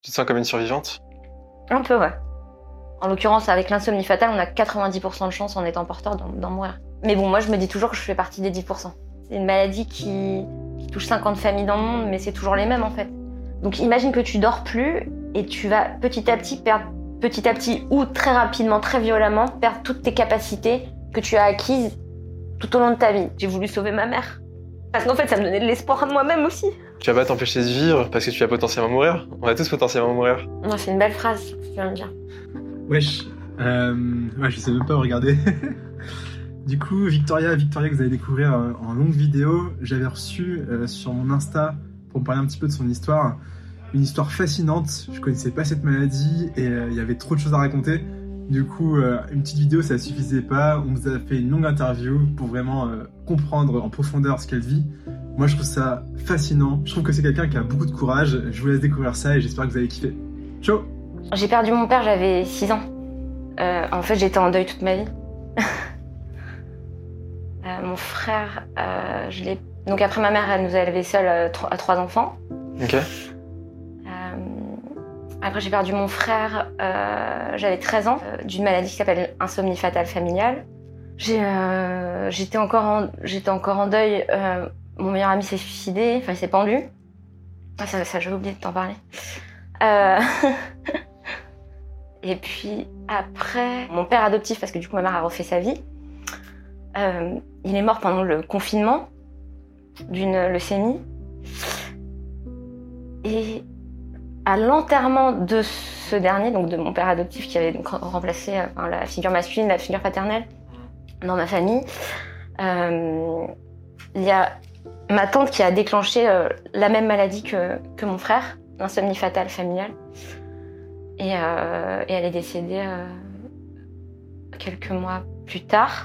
Tu te sens comme une survivante? Un peu, ouais. En l'occurrence, avec l'insomnie fatale, on a 90% de chance en étant porteur d'en mourir. Mais bon, moi, je me dis toujours que je fais partie des 10%. C'est une maladie qui touche 50 familles dans le monde, mais c'est toujours les mêmes, en fait. Donc imagine que tu dors plus et tu vas petit à petit ou très rapidement, très violemment, perdre toutes tes capacités que tu as acquises tout au long de ta vie. J'ai voulu sauver ma mère. Parce qu'en fait, ça me donnait de l'espoir de moi-même aussi. Tu vas pas t'empêcher de vivre parce que tu vas potentiellement mourir. On va tous potentiellement mourir. Non, c'est une belle phrase, tu viens de dire. Wesh. Ouais, je sais même pas où regarder. Du coup, Victoria, que vous allez découvrir en longue vidéo, j'avais reçu sur mon Insta pour me parler un petit peu de son histoire. Une histoire fascinante. Je connaissais pas cette maladie et il y avait trop de choses à raconter. Du coup, une petite vidéo, ça suffisait pas. On vous a fait une longue interview pour vraiment comprendre en profondeur ce qu'elle vit. Moi, je trouve ça fascinant. Je trouve que c'est quelqu'un qui a beaucoup de courage. Je vous laisse découvrir ça et j'espère que vous allez kiffer. Ciao! J'ai perdu mon père, j'avais 6 ans. En fait, j'étais en deuil toute ma vie. Mon frère, je l'ai... Donc après, ma mère, elle nous a élevés seuls à 3 enfants. Ok. Après, j'ai perdu mon frère, j'avais 13 ans, d'une maladie qui s'appelle insomnie fatale familiale. J'étais encore en deuil. Mon meilleur ami s'est suicidé, enfin, il s'est pendu. Ah, ça j'ai oublié de t'en parler. Et puis après, mon père adoptif, parce que du coup ma mère a refait sa vie, il est mort pendant le confinement d'une leucémie. Et à l'enterrement de ce dernier, donc de mon père adoptif qui avait donc remplacé la figure masculine, la figure paternelle dans ma famille, il y a ma tante qui a déclenché la même maladie que mon frère, l'insomnie fatale familiale. Et elle est décédée quelques mois plus tard.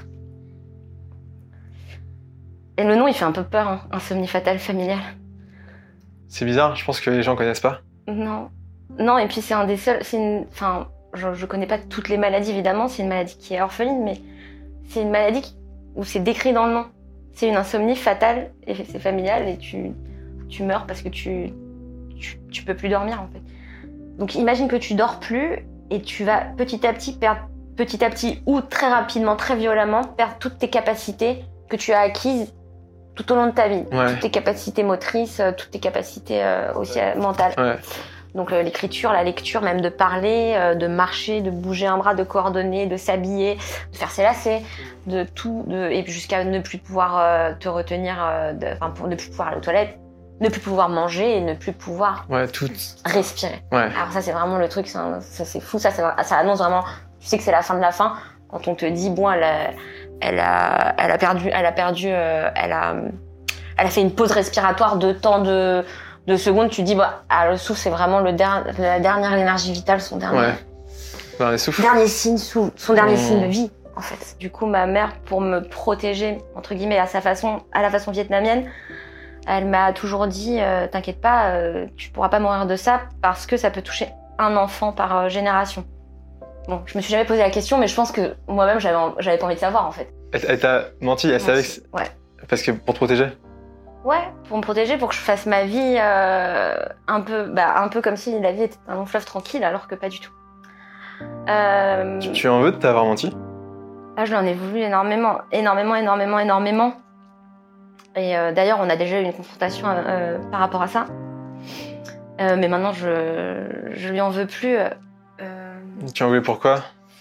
Et le nom, il fait un peu peur, hein, insomnie fatale familiale. C'est bizarre, je pense que les gens connaissent pas. Non, et puis c'est un des seuls... Enfin, je connais pas toutes les maladies, évidemment, c'est une maladie qui est orpheline, mais c'est une maladie où c'est décrit dans le nom. C'est une insomnie fatale, et c'est familial, et tu meurs parce que tu peux plus dormir, en fait. Donc imagine que tu dors plus, et tu vas petit à petit ou très rapidement, très violemment, perdre toutes tes capacités que tu as acquises tout au long de ta vie. Ouais. Toutes tes capacités motrices, toutes tes capacités aussi mentales. Ouais. Donc l'écriture, la lecture, même de parler, de marcher, de bouger un bras, de coordonner, de s'habiller, de faire ses lacets, de tout, et jusqu'à ne plus pouvoir te retenir, pour ne plus pouvoir aller aux toilettes, ne plus pouvoir manger et ne plus pouvoir tout. respirer. Ouais. Alors ça c'est vraiment le truc, ça c'est fou, ça annonce vraiment, tu sais que c'est la fin de la fin quand on te dit bon elle a fait une pause respiratoire de temps de secondes, tu dis le souffle c'est vraiment la dernière énergie vitale, son dernier. Ouais. Dernier souffle. Dernier signe, son dernier signe de vie en fait. Du coup ma mère, pour me protéger entre guillemets à la façon vietnamienne, elle m'a toujours dit t'inquiète pas, tu pourras pas mourir de ça parce que ça peut toucher un enfant par génération. Bon, je me suis jamais posé la question, mais je pense que moi-même j'avais pas envie de savoir en fait. Elle t'a menti, elle savait que... Ouais. Parce que pour te protéger? Ouais, pour me protéger, pour que je fasse ma vie un peu comme si la vie était un long fleuve tranquille, alors que pas du tout. Tu en veux de t'avoir menti? Ah, je l'en ai voulu énormément. Et d'ailleurs, on a déjà eu une confrontation par rapport à ça. Mais maintenant, je lui en veux plus. Tu en voulais pourquoi?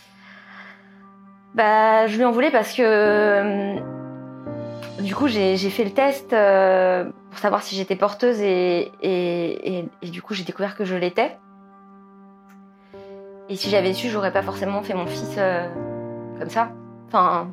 Je lui en voulais parce que du coup j'ai fait le test pour savoir si j'étais porteuse et du coup j'ai découvert que je l'étais. Et si j'avais su, j'aurais pas forcément fait mon fils comme ça. Enfin,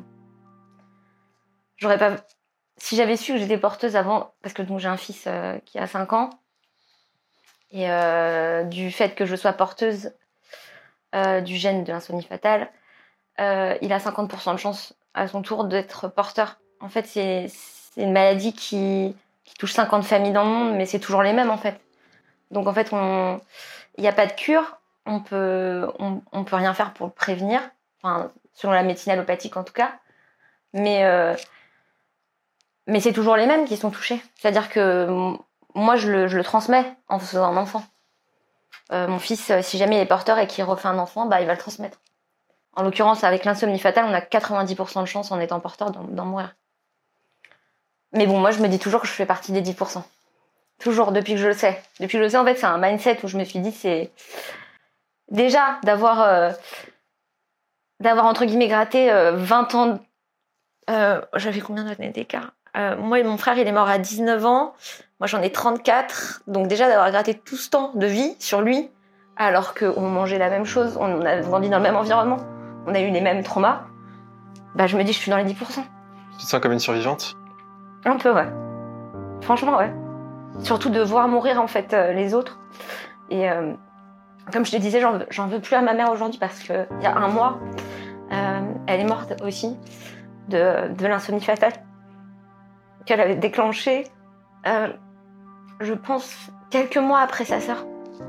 si j'avais su que j'étais porteuse avant, parce que donc j'ai un fils qui a 5 ans, et du fait que je sois porteuse du gène de l'insomnie fatale, il a 50% de chance à son tour d'être porteur. En fait, c'est une maladie qui touche 50 familles dans le monde, mais c'est toujours les mêmes en fait. Donc en fait, il n'y a pas de cure, on peut rien faire pour le prévenir, enfin, selon la médecine allopathique en tout cas, mais c'est toujours les mêmes qui sont touchés. C'est-à-dire que moi, je le transmets en faisant un enfant. Mon fils, si jamais il est porteur et qu'il refait un enfant, bah il va le transmettre. En l'occurrence, avec l'insomnie fatale, on a 90% de chance en étant porteur d'en mourir. Mais bon, moi je me dis toujours que je fais partie des 10%. Toujours, depuis que je le sais. Depuis que je le sais, en fait, c'est un mindset où je me suis dit, c'est déjà d'avoir entre guillemets gratté 20 ans. J'avais combien d'années d'écart? Moi et mon frère, il est mort à 19 ans. Moi, j'en ai 34. Donc déjà, d'avoir gratté tout ce temps de vie sur lui, alors qu'on mangeait la même chose, on a grandi dans le même environnement, on a eu les mêmes traumas, bah je me dis, je suis dans les 10%. Tu te sens comme une survivante? Un peu, ouais. Franchement, ouais. Surtout de voir mourir, en fait, les autres. Et comme je te disais, j'en veux plus à ma mère aujourd'hui parce qu'il y a un mois, elle est morte aussi de l'insomnie fatale qu'elle avait déclenchée, je pense, quelques mois après sa sœur.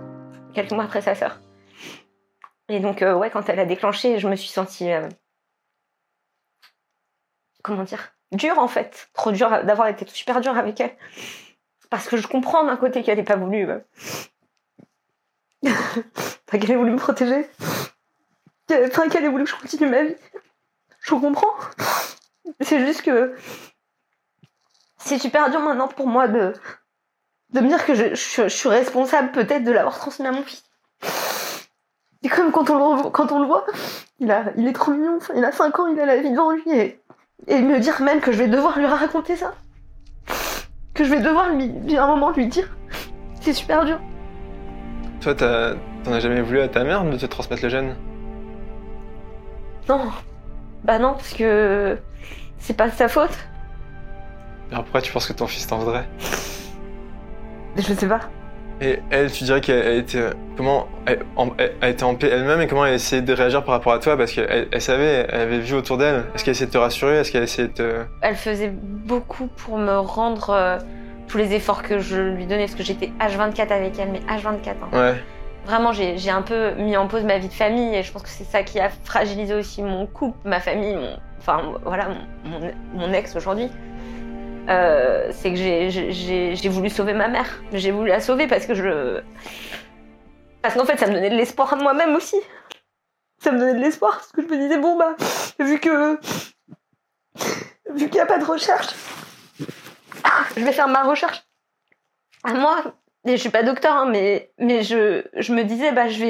Et donc, ouais, quand elle a déclenché, je me suis sentie, comment dire, dure en fait. Trop dure d'avoir été super dure avec elle. Parce que je comprends d'un côté qu'elle n'ait pas voulu... qu'elle ait voulu me protéger. Qu'elle ait voulu que je continue ma vie. Je comprends. C'est juste que c'est super dur maintenant pour moi de me dire que je suis responsable peut-être de l'avoir transmis à mon fils. Et comme quand on le voit, il est trop mignon, il a 5 ans, il a la vie devant lui, et me dire même que je vais devoir lui raconter ça. Que je vais devoir à un moment lui dire. C'est super dur. Toi, t'en as jamais voulu à ta mère de te transmettre le gène? Non. Bah non, parce que c'est pas de sa faute. Alors pourquoi tu penses que ton fils t'en voudrait? Je sais pas. Et elle, tu dirais qu'elle était comment elle était en paix elle-même et comment elle essayait de réagir par rapport à toi parce qu'elle savait, elle avait vu autour d'elle. Est-ce qu'elle essayait de te rassurer? Est-ce qu'elle essayait de te... Elle faisait beaucoup pour me rendre tous les efforts que je lui donnais parce que j'étais H24 avec elle, mais H24. Hein. Ouais. Vraiment, j'ai un peu mis en pause ma vie de famille et je pense que c'est ça qui a fragilisé aussi mon couple, ma famille, mon ex aujourd'hui. C'est que j'ai voulu sauver ma mère. J'ai voulu la sauver parce qu'en fait ça me donnait de l'espoir de moi-même aussi. Ça me donnait de l'espoir parce que je me disais bon bah vu qu'il n'y a pas de recherche, je vais faire ma recherche à moi. Et je suis pas docteur hein, mais je me disais bah je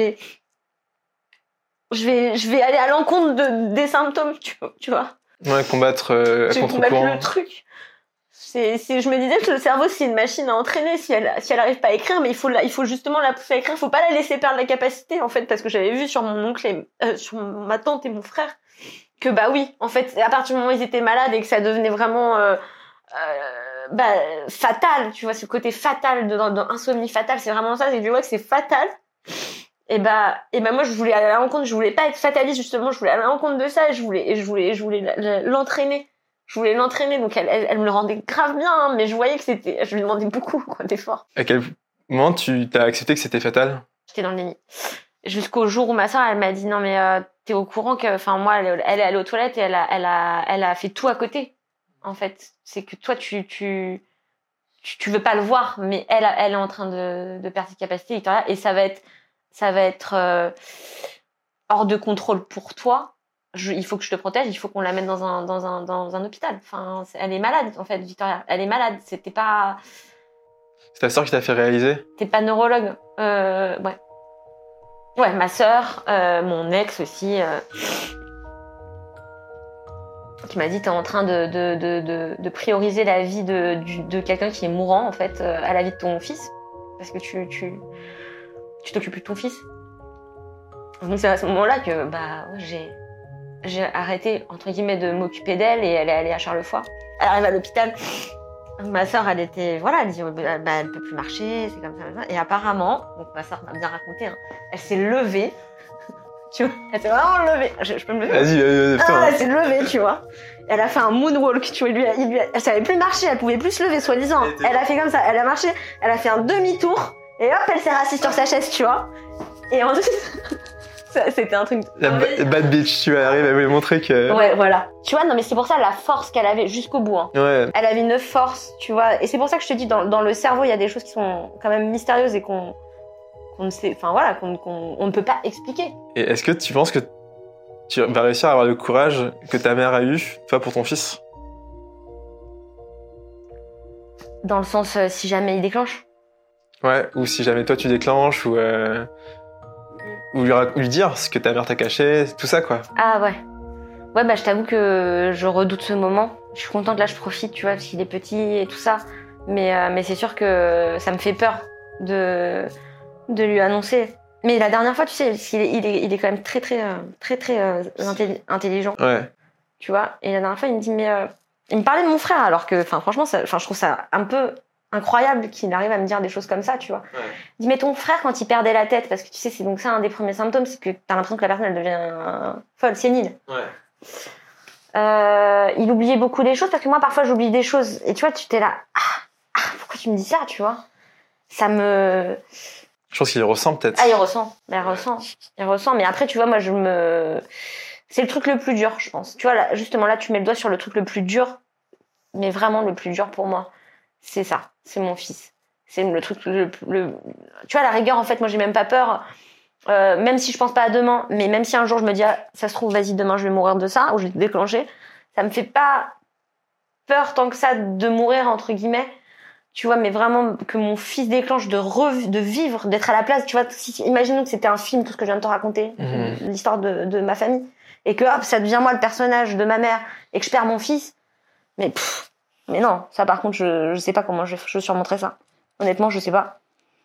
vais aller à l'encontre des symptômes tu vois. Ouais, combattre à contre-courant. Le truc. Je me disais que le cerveau c'est une machine à entraîner. Si elle arrive pas à écrire, mais il faut justement la pousser à écrire. Il faut pas la laisser perdre la capacité en fait, parce que j'avais vu sur mon oncle sur ma tante et mon frère que bah oui, en fait, à partir du moment où ils étaient malades et que ça devenait vraiment fatal, tu vois, ce côté fatal dans insomnie fatale, c'est vraiment ça. C'est que tu vois que c'est fatal. Et bah moi je voulais aller à l'encontre. Je voulais pas être fataliste justement. Je voulais aller à l'encontre de ça. Et je voulais l'entraîner. Je voulais l'entraîner, donc elle me le rendait grave bien, hein, mais je voyais que je lui demandais beaucoup d'efforts. À quel moment tu t'as accepté que c'était fatal? J'étais dans le déni. Jusqu'au jour où ma soeur, elle m'a dit non mais t'es au courant que, enfin moi, elle est allée aux toilettes et elle a fait tout à côté. En fait, c'est que toi tu veux pas le voir, mais elle est en train de perdre ses capacités, Victoria, et ça va être hors de contrôle pour toi. Il faut que je te protège, il faut qu'on la mette dans un hôpital. Enfin, elle est malade, en fait, Victoria. Elle est malade. C'était pas... C'est ta sœur qui t'a fait réaliser? T'es pas neurologue. Ouais. Ouais, ma sœur, mon ex aussi, qui m'a dit t'es en train de prioriser la vie de quelqu'un qui est mourant, en fait, à la vie de ton fils. Parce que tu t'occupes plus de ton fils. Donc c'est à ce moment-là que, j'ai arrêté, entre guillemets, de m'occuper d'elle et elle est allée à Charlefoix. Elle arrive à l'hôpital. Ma sœur, elle était, elle dit, elle peut plus marcher, c'est comme ça. Et apparemment, donc ma sœur m'a bien raconté, hein, elle s'est levée. Tu vois, elle s'est vraiment levée. Je peux me lever? Vas-y, putain. Elle s'est levée, tu vois. Elle a fait un moonwalk, tu vois. Elle savait plus marcher, elle pouvait plus se lever, soi-disant. Elle a fait comme ça, elle a marché, elle a fait un demi-tour et hop, elle s'est assise sur sa chaise, tu vois. Et ensuite... C'était un truc... La bad bitch, tu vois, elle voulait montrer que... Ouais, voilà. Tu vois, non mais c'est pour ça la force qu'elle avait jusqu'au bout. Hein. Ouais. Elle avait une force, tu vois. Et c'est pour ça que je te dis, dans le cerveau, il y a des choses qui sont quand même mystérieuses et qu'on qu'on ne sait, enfin voilà, qu'on ne peut pas expliquer. Et est-ce que tu penses que tu vas réussir à avoir le courage que ta mère a eu, toi, pour ton fils? Dans le sens, si jamais il déclenche. Ouais, ou si jamais toi tu déclenches, ou lui dire ce que ta mère t'a caché, tout ça, quoi. Ah ouais. Ouais, bah je t'avoue que je redoute ce moment. Je suis contente, là je profite, tu vois, parce qu'il est petit et tout ça. Mais c'est sûr que ça me fait peur de lui annoncer. Mais la dernière fois, tu sais, il est quand même très intelligent. Ouais. Tu vois, et la dernière fois, il me dit, il me parlait de mon frère, alors que, franchement, je trouve ça un peu incroyable qu'il arrive à me dire des choses comme ça, tu vois. Ouais. Il dit, mais ton frère, quand il perdait la tête, parce que tu sais, c'est donc ça un des premiers symptômes, c'est que t'as l'impression que la personne, elle devient folle, sénile. Ouais. Il oubliait beaucoup des choses, parce que moi, parfois, j'oublie des choses. Et tu vois, tu t'es là, pourquoi tu me dis ça, tu vois? Ça me... Je pense qu'il ressent peut-être. Ah, il ressent. Il ressent. Mais après, tu vois, moi, c'est le truc le plus dur, je pense. Tu vois, là, justement, là, tu mets le doigt sur le truc le plus dur. Mais vraiment, le plus dur pour moi, c'est ça. C'est mon fils. C'est le truc tu vois, à la rigueur, en fait, moi, j'ai même pas peur. Même si je pense pas à demain, mais même si un jour je me dis, ça se trouve, vas-y, demain, je vais mourir de ça, ou je vais déclencher, ça me fait pas peur tant que ça de mourir, entre guillemets. Tu vois, mais vraiment que mon fils déclenche de vivre, d'être à la place. Tu vois, imaginons que c'était un film, tout ce que je viens de te raconter, l'histoire de ma famille, et que hop, ça devient moi le personnage de ma mère, et que je perds mon fils. Mais non, ça par contre, je sais pas comment je surmonterai ça. Honnêtement, je sais pas.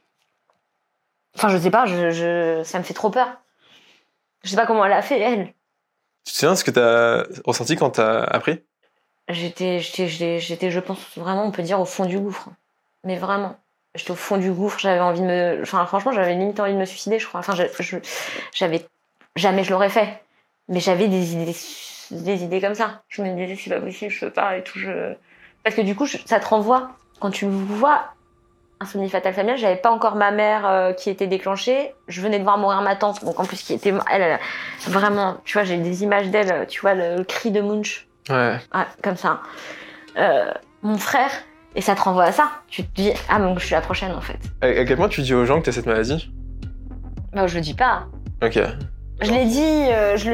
Enfin, je sais pas, ça me fait trop peur. Je sais pas comment elle a fait, elle. Tu te souviens de ce que t'as ressenti quand t'as appris? J'étais, je pense vraiment, on peut dire, au fond du gouffre. Mais vraiment. J'étais au fond du gouffre, j'avais envie de enfin, franchement, j'avais limite envie de me suicider, je crois. Enfin, j'avais, jamais je l'aurais fait. Mais j'avais des idées comme ça. Je me disais, c'est pas possible, je peux pas et tout, parce que du coup, ça te renvoie. Quand tu vois insomnie fatale familiale, j'avais pas encore ma mère qui était déclenchée. Je venais de voir mourir ma tante, donc en plus, elle vraiment, tu vois, j'ai des images d'elle, tu vois, le cri de Munch. Ouais. Comme ça. Mon frère, et ça te renvoie à ça. Tu te dis, donc je suis la prochaine en fait. À quel point tu dis aux gens que t'as cette maladie? Bah, je le dis pas. Ok. Je l'ai dit,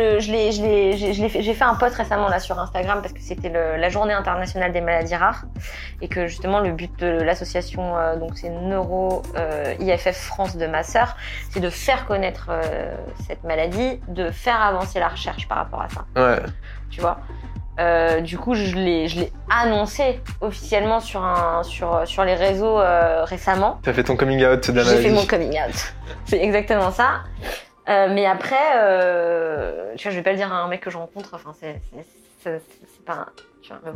j'ai fait un post récemment là sur Instagram parce que c'était la journée internationale des maladies rares et que justement le but de l'association, donc c'est Neuro IFF France de ma sœur, c'est de faire connaître cette maladie, de faire avancer la recherche par rapport à ça. Ouais. Tu vois. Du coup, je l'ai annoncé officiellement sur les réseaux récemment. T'as fait ton coming out de la maladie. J'ai fait mon coming out. C'est exactement ça. Mais après, tu vois, je vais pas le dire à un mec que je rencontre. Enfin, c'est pas. Tu vois,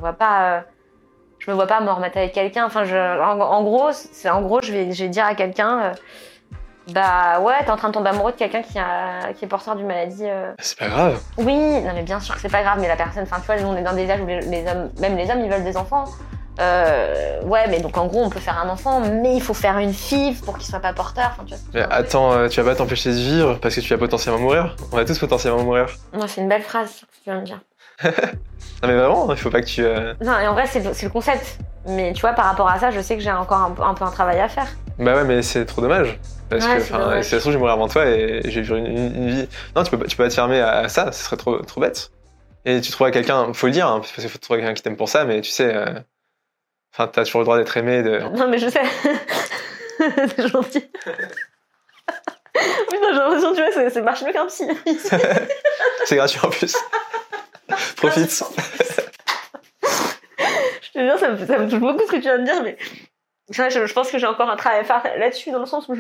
je me vois pas me remettre avec quelqu'un. Enfin, en gros, je vais dire à quelqu'un. Bah ouais, t'es en train de tomber amoureux de quelqu'un qui est porteur d'une maladie. C'est pas grave. Oui, non mais bien sûr que c'est pas grave, mais la personne, enfin tu vois, nous on est dans des âges où les hommes, même les hommes, ils veulent des enfants. Ouais, mais donc en gros, on peut faire un enfant, mais il faut faire une FIV pour qu'il soit pas porteur. Enfin, tu vois, Mais attends, tu vas pas t'empêcher de vivre parce que tu vas potentiellement mourir? On va tous potentiellement mourir. Non, c'est une belle phrase, ce que tu viens de dire. Non mais vraiment, il faut pas que tu... Non, et en vrai, c'est le concept. Mais tu vois, par rapport à ça, je sais que j'ai encore un peu un travail à faire. Bah ouais, mais c'est trop dommage. Parce Ouais, que, c'est dommage. si ça se trouve, je vais mourir avant toi et j'ai vivre une vie... Non, tu peux pas te fermer à ça, ce serait trop bête. Et tu trouveras quelqu'un, faut le dire, hein, parce qu'il faut trouver quelqu'un qui t'aime pour ça, mais tu sais... Enfin, t'as toujours le droit d'être aimé, de... Non, mais je sais. C'est gentil. Putain, j'ai l'impression, tu vois, ça marche mieux qu'un psy. C'est gratuit en plus. Profite. Je te jure, ça me touche beaucoup ce que tu viens de dire, mais je pense que j'ai encore un travail à faire là-dessus, dans le sens où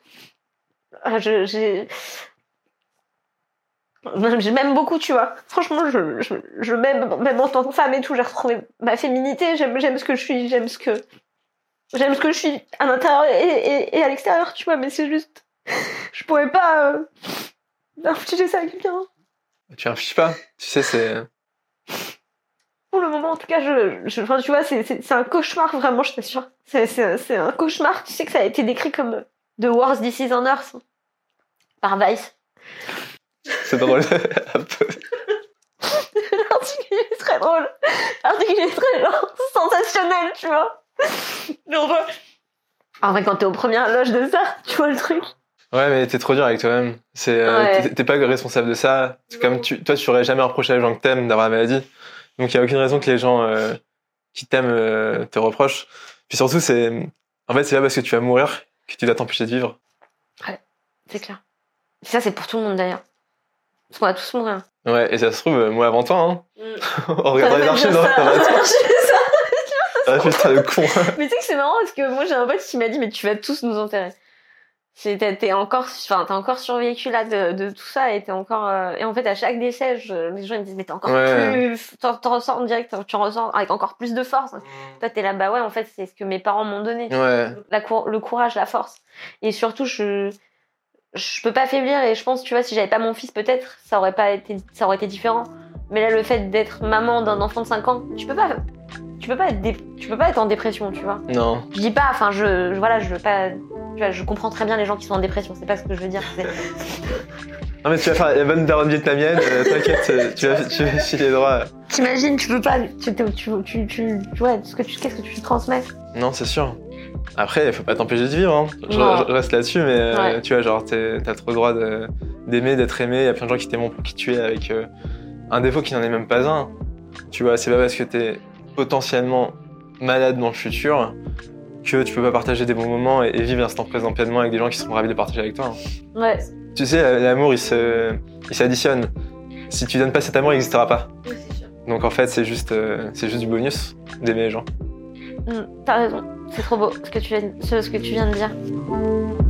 je m'aime beaucoup, tu vois. Franchement, je m'aime, même en tant que femme et tout, j'ai retrouvé ma féminité, j'aime ce que je suis, j'aime ce que je suis à l'intérieur et à l'extérieur, tu vois, mais c'est juste, je pourrais pas infliger ça à quelqu'un. Tu infliges pas, tu sais, c'est... Pour le moment, en tout cas, enfin, tu vois, c'est un cauchemar, vraiment, je t'assure. C'est un cauchemar. Tu sais que ça a été décrit comme The Worst Disease on Earth par Vice. C'est drôle, un peu. L'article est très drôle. L'article est très sensationnel, tu vois. Mais en vrai, quand t'es aux premières loges de ça, tu vois le truc. Ouais, mais t'es trop dur avec toi-même. T'es pas responsable de ça. C'est comme toi, tu aurais jamais reproché à les gens que t'aimes d'avoir la maladie. Donc, il y a aucune raison que les gens qui t'aiment te reprochent. Puis surtout, en fait, c'est pas parce que tu vas mourir que tu dois t'empêcher de vivre. Ouais, c'est clair. Et ça, c'est pour tout le monde d'ailleurs. Parce qu'on va tous mourir. Ouais, et ça se trouve, moi avant toi, hein. En regardant les archives, Ah putain, le con. Mais tu sais que c'est marrant parce que moi j'ai un pote qui m'a dit mais tu vas tous nous enterrer. T'as encore survécu là de tout ça et t'es encore et en fait à chaque décès les gens ils me disent mais t'es encore plus t'en ressors en direct, tu ressors avec encore plus de force. Toi t'es là bah ouais en fait c'est ce que mes parents m'ont donné. Ouais. Le courage, la force et surtout je peux pas faiblir et je pense tu vois si j'avais pas mon fils peut-être ça aurait été différent. Mais là le fait d'être maman d'un enfant de 5 ans, tu peux pas être en dépression, tu vois. Non. Je dis pas, enfin, je veux pas. Tu vois, je comprends très bien les gens qui sont en dépression, c'est pas ce que je veux dire. Non, mais tu vas faire la bonne daronne vietnamienne, t'inquiète, tu vas filer droit. T'imagines, tu peux pas. Ouais, qu'est-ce que tu transmets? Non, c'est sûr. Après, il faut pas t'empêcher de vivre, hein. Je reste là-dessus, mais tu vois, genre, t'as trop le droit d'aimer, d'être aimé. Il y a plein de gens qui t'aiment pour qui tu es avec un défaut qui n'en est même pas un. Tu vois, c'est pas parce que t'es potentiellement malade dans le futur que tu peux pas partager des bons moments et vivre l'instant présent pleinement avec des gens qui seront ravis de partager avec toi. Ouais. Tu sais, l'amour, il s'additionne. Si tu donnes pas cet amour, il n'existera pas. Oui, c'est sûr. Donc en fait, c'est juste du bonus d'aimer les gens. T'as raison, c'est trop beau ce que tu viens de dire.